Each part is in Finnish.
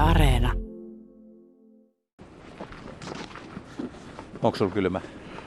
Areena. Onko sulla kylmä?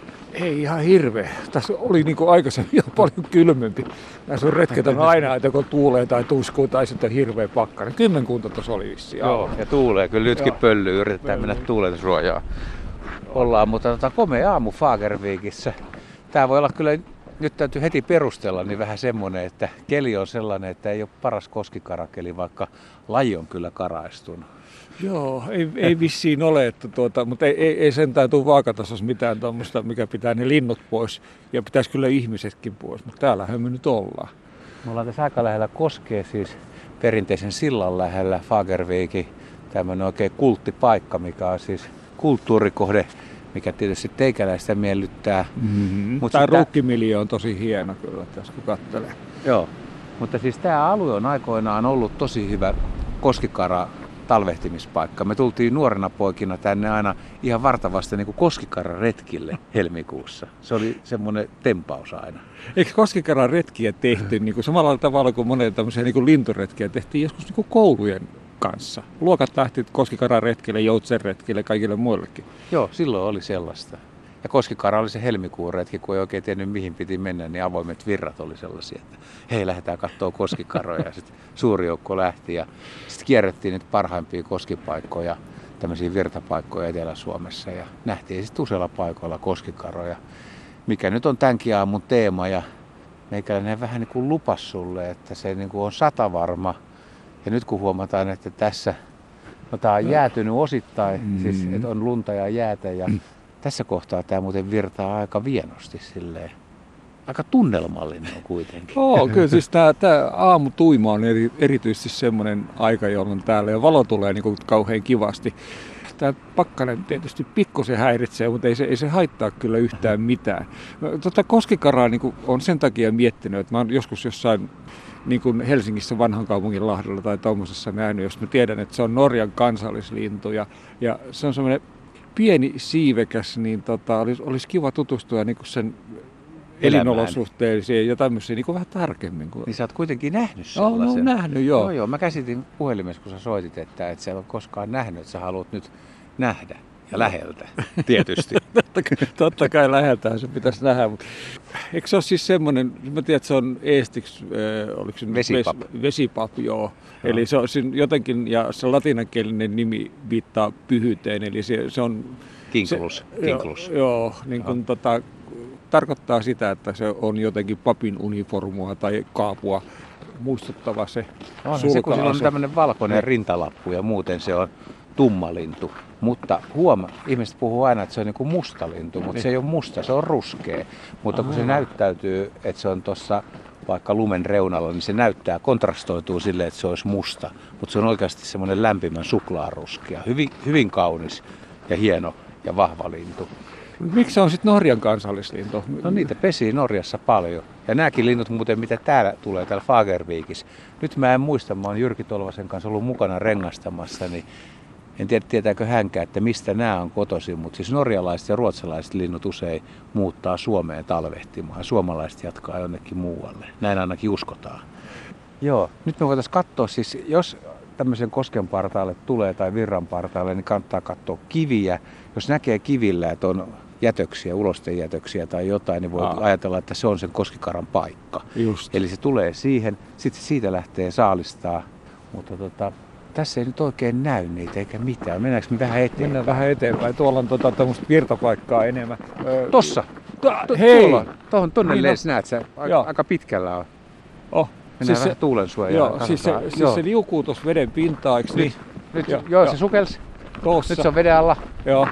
Ei ihan hirveä. Tässä oli niinku aikaisemmin jo paljon kylmempi. Näissä on retket on aina, että kun tuulee tai tuskuu tai sitten hirveä pakkanen. Kymmenkunta tuossa oli vissiin. Joo, ja tuulee. Kyllä nytkin pöllyy. Yritetään mennä tuuletussuojaan. Ollaan, mutta komea aamu Fagervikissä. Tää voi olla kyllä, nyt täytyy heti perustella, niin vähän semmonen, että keli on sellainen, että ei ole paras koskikarakeli, vaikka laji on kyllä karaistunut. Joo, ei vissiin ole, mutta ei sentään tule vaakatasossa mitään tuommoista, mikä pitää ne linnut pois. Ja pitäisi kyllä ihmisetkin pois, mutta täällähän me nyt ollaan. Me ollaan tässä aika lähellä koskee, siis perinteisen sillan lähellä Fagerviki. Tämmöinen oikein kulttipaikka, mikä on siis kulttuurikohde, mikä tietysti teikäläistä miellyttää. Mm-hmm. Tämä ruukkimiljö on tosi hieno kyllä tässä, kun katselee. Joo, mutta siis tämä alue on aikoinaan ollut tosi hyvä koskikara talvehtimispaikka. Me tultiin nuorena poikina tänne aina ihan vartavasti niin kuin koskikaran retkille helmikuussa. Se oli semmoinen tempaus aina. Eikö koskikaran retkiä tehty niin kuin samalla tavalla kuin monen tämmöisiä niin kuin linturetkiä tehtiin joskus niin kuin koulujen kanssa? Luokat lähti koskikaran retkille, joutsen retkille, kaikille muillekin. Joo, silloin oli sellaista. Ja koskikara oli se helmikuun retki, kun ei oikein tiennyt mihin piti mennä, niin avoimet virrat oli sellaisia, että hei, lähdetään katsoa koskikaroja. Ja sitten suuri joukko lähti ja sitten kierrettiin niitä parhaimpia koskipaikkoja, tämmöisiä virtapaikkoja Etelä-Suomessa. Ja nähtiin sitten useilla paikoilla koskikaroja, mikä nyt on tämänkin aamun teema. Ja meikäläinen vähän niin kuin lupas sulle, että se niin kuin on satavarma. Ja nyt kun huomataan, että tässä tämä on jäätynyt osittain, siis että on lunta ja jäätä ja tässä kohtaa tämä muuten virtaa aika vienosti silleen. Aika tunnelmallinen on kuitenkin. Joo, kyllä siis tämä aamutuima on erityisesti semmoinen aika, jolloin täällä ja valo tulee niin kuin kauhean kivasti. Tämä pakkanen tietysti pikkusen häiritsee, mutta ei se haittaa kyllä yhtään mitään. Koskikaraa niin on sen takia miettinyt, että mä oon joskus jossain niin kuin Helsingissä Vanhankaupungin lahdella tai tuommoisessa nähnyt, jos mä tiedän, että se on Norjan kansallislintu ja se on semmoinen pieni siivekäs, niin olisi kiva tutustua niin kuin sen elinolosuhteisiin ja tämmöisiin niin kuin vähän tarkemmin. Niin sä oot kuitenkin nähnyt sellaisen. Olen nähnyt, joo. Joo, mä käsitin puhelimessa, kun sä soitit, että et sä et ole koskaan nähnyt, että sä haluat nyt nähdä. Ja läheltä, tietysti. Totta kai läheltähän se pitäisi nähdä. Mutta eikö se ole siis semmoinen, mä tiedän, että se on eestiksi, oliko se vesipap, joo. Eli se on jotenkin, ja se latinankielinen nimi viittaa pyhyyteen, eli se on... Kinklus. Joo, niin kuin tarkoittaa sitä, että se on jotenkin papin uniformua tai kaapua muistuttava se sulka-ase. Se, kun sillä on tämmöinen valkoinen rintalappu ja muuten se on tummalintu. Mutta ihmiset puhuu aina, että se on niin kuin musta lintu, mutta se ei ole musta, se on ruskea. Mutta kun se näyttäytyy, että se on tuossa vaikka lumen reunalla, niin se kontrastoituu silleen, että se olisi musta. Mutta se on oikeasti semmoinen lämpimän suklaaruskea. Hyvin kaunis ja hieno ja vahva lintu. Miksi se on sitten Norjan kansallislintu? No niitä pesii Norjassa paljon. Ja nämäkin linnut muuten, mitä täällä tulee, täällä Fagervikissä. Nyt mä en muista, mä oon Jyrki Tolvasen kanssa ollut mukana rengastamassa, niin en tiedä, tietääkö hänkään, että mistä nämä on kotoisin, mutta siis norjalaiset ja ruotsalaiset linnut usein muuttaa Suomeen talvehtimaan. Suomalaiset jatkaa jonnekin muualle. Näin ainakin uskotaan. Joo, nyt me voitaisiin katsoa, siis jos tämmöisen kosken partaalle tulee tai virran partaalle, niin kannattaa katsoa kiviä. Jos näkee kivillä, että on jätöksiä, ulostejätöksiä tai jotain, niin voi ajatella, että se on sen koskikaran paikka. Just. Eli se tulee siihen, sitten siitä lähtee saalistaa, mutta tässä ei nyt oikein näy niitä eikä mitään. Mennäänkö me vähän eteenpäin? Mennään vähän eteenpäin. Tuolla on tämmöistä virtapaikkaa enemmän. Tossa! Hei! Tonne niin lees näet sä. Aika pitkällä on. Mennään siis vähän tuulensuojaan. Joo, siis se liukuu tuossa veden pintaan, eikö niin? Nyt, joo, se sukelsi. Tossa. Nyt se on veden alla. Joo.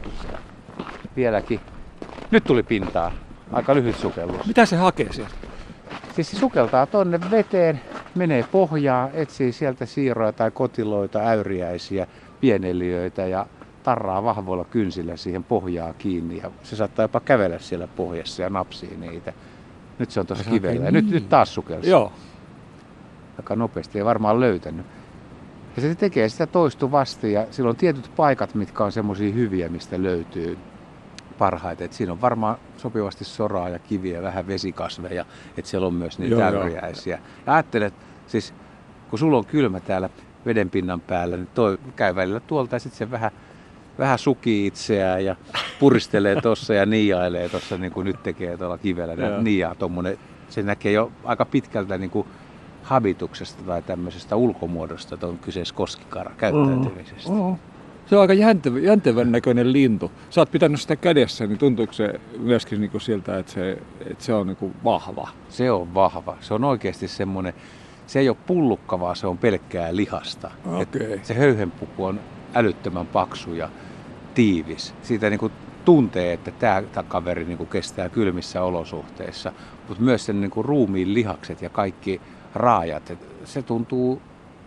Vieläkin. Nyt tuli pintaa. Aika lyhyt sukellus. Mitä se hakee sieltä? Siis se sukeltaa tonne veteen, menee pohjaan, etsii sieltä siiroja tai kotiloita, äyriäisiä, pieneliöitä ja tarraa vahvoilla kynsillä siihen pohjaan kiinni. Ja se saattaa jopa kävellä siellä pohjassa ja napsii niitä. Nyt se on tuossa kivellä ja nyt taas sukelsi. Joo. Aika nopeasti, ei varmaan löytänyt. Ja se tekee sitä toistuvasti ja sillä on tietyt paikat, mitkä on semmoisia hyviä, mistä löytyy parhaiten. Et siinä on varmaan sopivasti soraa ja kiviä, vähän vesikasveja, että siellä on myös niitä äyriäisiä. Ja ajattelet, siis kun sulla on kylmä täällä vedenpinnan päällä, niin toi käy välillä tuolta ja sitten se vähän sukii itseään ja puristelee tuossa ja niiailee tuossa niin kuin nyt tekee tuolla kivellä. Niiaa tommonen, se näkee jo aika pitkältä niin kuin habituksesta tai tämmöisestä ulkomuodosta, että on kyseessä koskikara käyttäytymisestä. Se on aika jäntevän näköinen lintu. Sä oot pitänyt sitä kädessä, niin tuntuuko se myöskin niin kuin siltä, että se on niin kuin vahva? Se on vahva. Se on oikeasti semmoinen, se ei ole pullukkavaa, se on pelkkää lihasta. Okay. Se höyhenpuku on älyttömän paksu ja tiivis. Siitä niin kuin tuntee, että tämä kaveri niin kuin kestää kylmissä olosuhteissa, mutta myös sen niin kuin ruumiin lihakset ja kaikki raajat, se tuntuu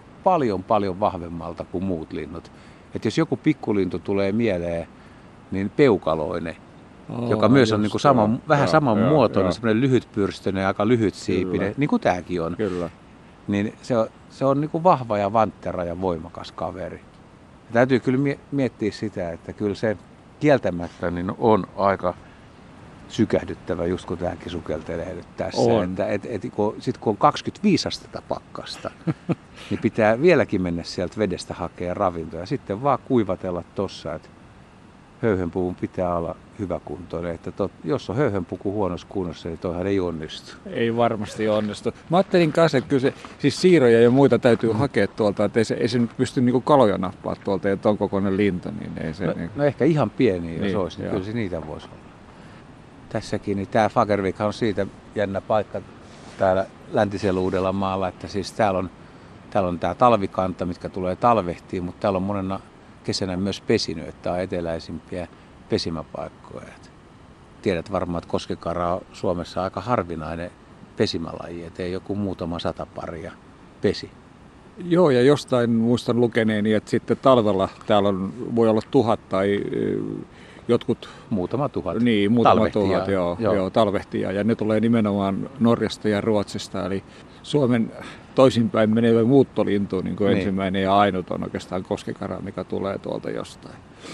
paljon vahvemmalta kuin muut linnut. Että jos joku pikkulintu tulee mieleen, niin peukaloinen, joka myös on niin kuin vähän saman muotoinen, semmoinen lyhytpyrstöinen ja aika lyhytsiipinen, niin kuin tämäkin on. Kyllä. Niin se on niin kuin vahva ja vanttera ja voimakas kaveri. Ja täytyy kyllä miettiä sitä, että kyllä se kieltämättä niin on aika sykähdyttävä, just kun tämäkin sukeltelee nyt tässä. Sitten kun on 25 astetta pakkasta, niin pitää vieläkin mennä sieltä vedestä hakea ravintoa. Ja sitten vaan kuivatella tossa, että höyhenpuvun pitää olla hyväkuntoinen. Että jos on höyhenpuku huonossa kunnossa, niin toihan ei onnistu. Ei varmasti onnistu. Mä ajattelin kanssa, että kyllä siis siiroja ja muita täytyy hakea tuolta, että ei se nyt pysty niinku kaloja nappaa tuolta, että on kokoinen lintu. Niin ei se, no ehkä ihan pieni, jos olisi, niin kyllä se niitä voisi olla. Tässäkin, niin tämä Fagervik on siitä jännä paikka täällä läntisellä Uudellamaalla, että siis täällä on tämä talvikanta, mitkä tulee talvehtiin, mutta täällä on monena kesänä myös pesinyt, että tämä on eteläisimpiä pesimäpaikkoja. Tiedät varmaan, että koskikara on Suomessa aika harvinainen pesimälaji, ettei joku muutama 100 paria pesi. Joo, ja jostain muistan lukeneeni, että sitten talvella täällä voi olla 1000 tai jotkut... Muutama tuhat. Niin, muutama tuhat, joo, talvehtia. Ja ne tulee nimenomaan Norjasta ja Ruotsista, eli Suomen toisinpäin menevä muuttolintu, niin kuin ensimmäinen ja ainut on oikeastaan koskikara, mikä tulee tuolta jostain.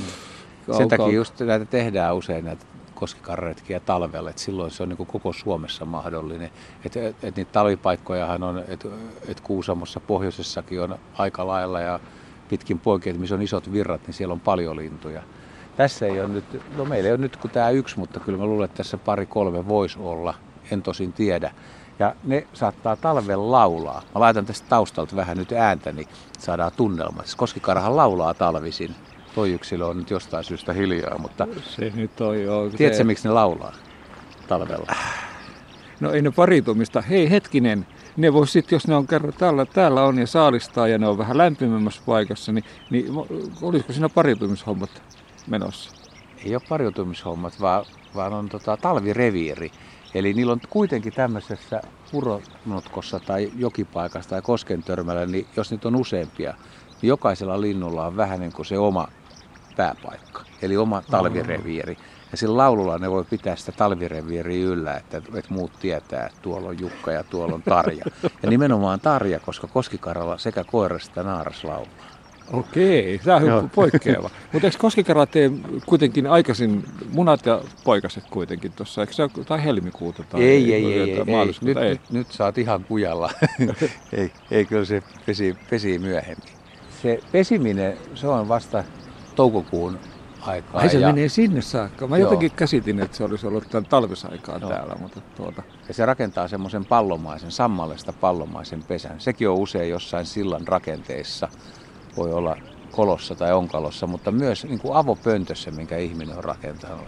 Sen takia just näitä tehdään usein näitä koskikarretkiä talvella, että silloin se on niin kuin koko Suomessa mahdollinen. Että niitä talvipaikkojahan on, että Kuusamossa pohjoisessakin on aika lailla ja pitkin poikin, missä on isot virrat, niin siellä on paljon lintuja. Tässä ei ole nyt, no meillä ei ole nyt kuin tämä yksi, mutta kyllä mä luulen, että tässä 2-3 voisi olla, en tosin tiedä. Ja ne saattaa talven laulaa. Mä laitan tästä taustalta vähän nyt ääntä, niin saadaan tunnelma. Koskikarahan laulaa talvisin. Toi yksilö on nyt jostain syystä hiljaa, mutta... Se nyt on joo. Tiedätkö, miksi ne laulaa talvella? No ei ne pariutumista. Hei hetkinen, ne vois sitten, jos ne on kerran täällä on ja saalistaa ja ne on vähän lämpimämmässä paikassa, niin olisiko siinä pariutumishommat menossa? Ei ole pariutumishommat, vaan on talvireviiri. Eli niillä on kuitenkin tämmöisessä puronotkossa tai jokipaikassa tai koskentörmällä, niin jos niitä on useampia, niin jokaisella linnulla on vähän niin kuin se oma pääpaikka, eli oma talvireviiri. Ja sillä laululla ne voi pitää sitä talvireviiriä yllä, että muut tietää, että tuolla on Jukka ja tuolla on Tarja. Ja nimenomaan Tarja, koska koskikaralla sekä koiras että naaras laulaa. Okei, tämä on poikkeava. Mutta eikö koskikara tee kuitenkin aikaisin munat ja poikaset kuitenkin tuossa? Eikö se ole jotain helmikuuta tai maaliskuuta? Nyt sä oot ihan kujalla. ei, kyllä se pesii myöhemmin. Se pesiminen, se on vasta toukokuun aikaa. Ai se menee sinne saakka. Mä jotenkin käsitin, että se olisi ollut tämän talvisaikaan täällä. Mutta Ja se rakentaa semmoisen sammallesta pallomaisen pesän. Sekin on usein jossain sillan rakenteissa. Voi olla kolossa tai onkalossa, mutta myös niin kuin avopöntössä, minkä ihminen on rakentanut.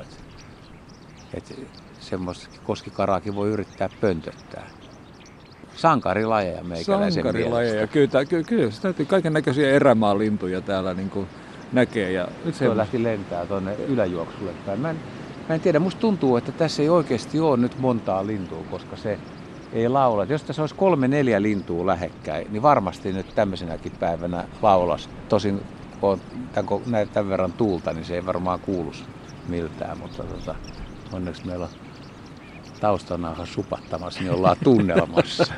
Että semmoista koskikaraakin voi yrittää pöntöttää. Sankarilajeja meikäläisen mielestä. Kyllä se täytyy kaiken näköisiä erämaalintuja täällä niin kuin näkee. Ja nyt se lähti lentää tuonne yläjuoksulle päin. Mä en tiedä, musta tuntuu, että tässä ei oikeasti ole nyt montaa lintua, koska se ei laula. Jos tässä olisi 3-4 lintua lähekkäin, niin varmasti nyt tämmöisenäkin päivänä laulas. Tosin kun on tämän verran tuulta, niin se ei varmaan kuuluisi miltään, mutta onneksi meillä on taustanauha supattamassa, niin ollaan tunnelmassa.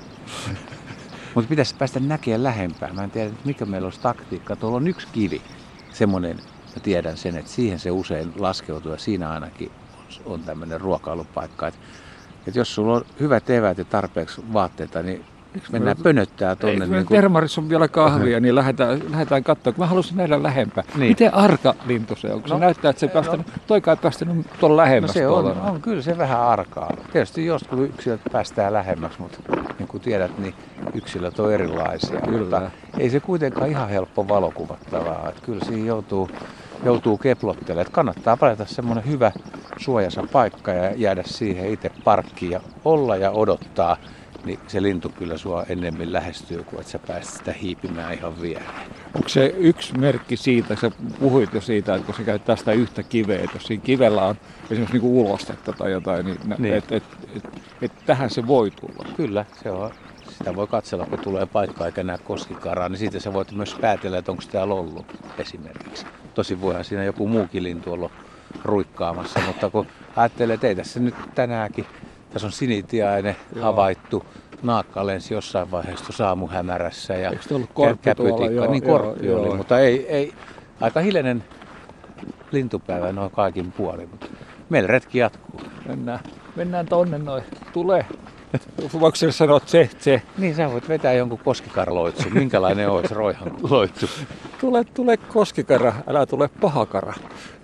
Mutta pitäisi päästä näkemään lähempää. Mä en tiedä, mikä meillä olisi taktiikka. Tuolla on yksi kivi, semmoinen, mä tiedän sen, että siihen se usein laskeutuu ja siinä ainakin on tämmöinen ruokailupaikka. Että jos sulla on hyvät eväät ja tarpeeksi vaatteita, niin Mennään pönöttää tuonne. Niin Termarissa on vielä kahvia, niin lähdetään katsomaan. Mä haluaisin nähdä lähempää. Niin. Miten arka lintu se on? Kun se näyttää, että se toikaan ei päästänyt tuon lähemmäs. Se on kyllä se vähän arkaa. Tietysti joskus yksilöt päästään lähemmäksi, mutta niin kuin tiedät, niin yksilöt on erilaisia. Kyllä. Mutta ei se kuitenkaan ihan helppo valokuvattavaa. Että kyllä siinä joutuu keplottelemaan. Kannattaa valita semmoinen hyvä suojassa paikka ja jäädä siihen itse parkkiin ja olla ja odottaa. Niin se lintu kyllä sua ennemmin lähestyy, kuin että sä pääset sitä hiipimään ihan viereen. Onko se yksi merkki siitä, sä puhuit jo siitä, että kun sä käyt tästä yhtä kiveä, että jos siinä kivellä on esimerkiksi niinku ulostetta tai jotain, niin. Että tähän se voi tulla. Kyllä, se on. Sitä voi katsella, kun tulee paikka eikä näe koskikaraa, niin siitä sä voit myös päätellä, että onko täällä ollut esimerkiksi. Tosin voihan siinä joku muukin lintu olla ruikkaamassa, mutta kun ajattelee, että ei tässä nyt tänäänkin, tässä on sinitiainen havaittu, naakka lensi jossain vaiheessa tuossa aamuhämärässä ja käpytikka, niin korppi oli, mutta ei, aika hiljainen lintupäivä noin kaikin puolin, mutta meillä retki jatkuu. Mennään tonne noin, tulee. Voiko sille sanoa tse? Niin, sä voit vetää jonkun koskikarloitsu. Minkälainen olisi roihan loitsu? Tule koskikara, älä tule pahakara.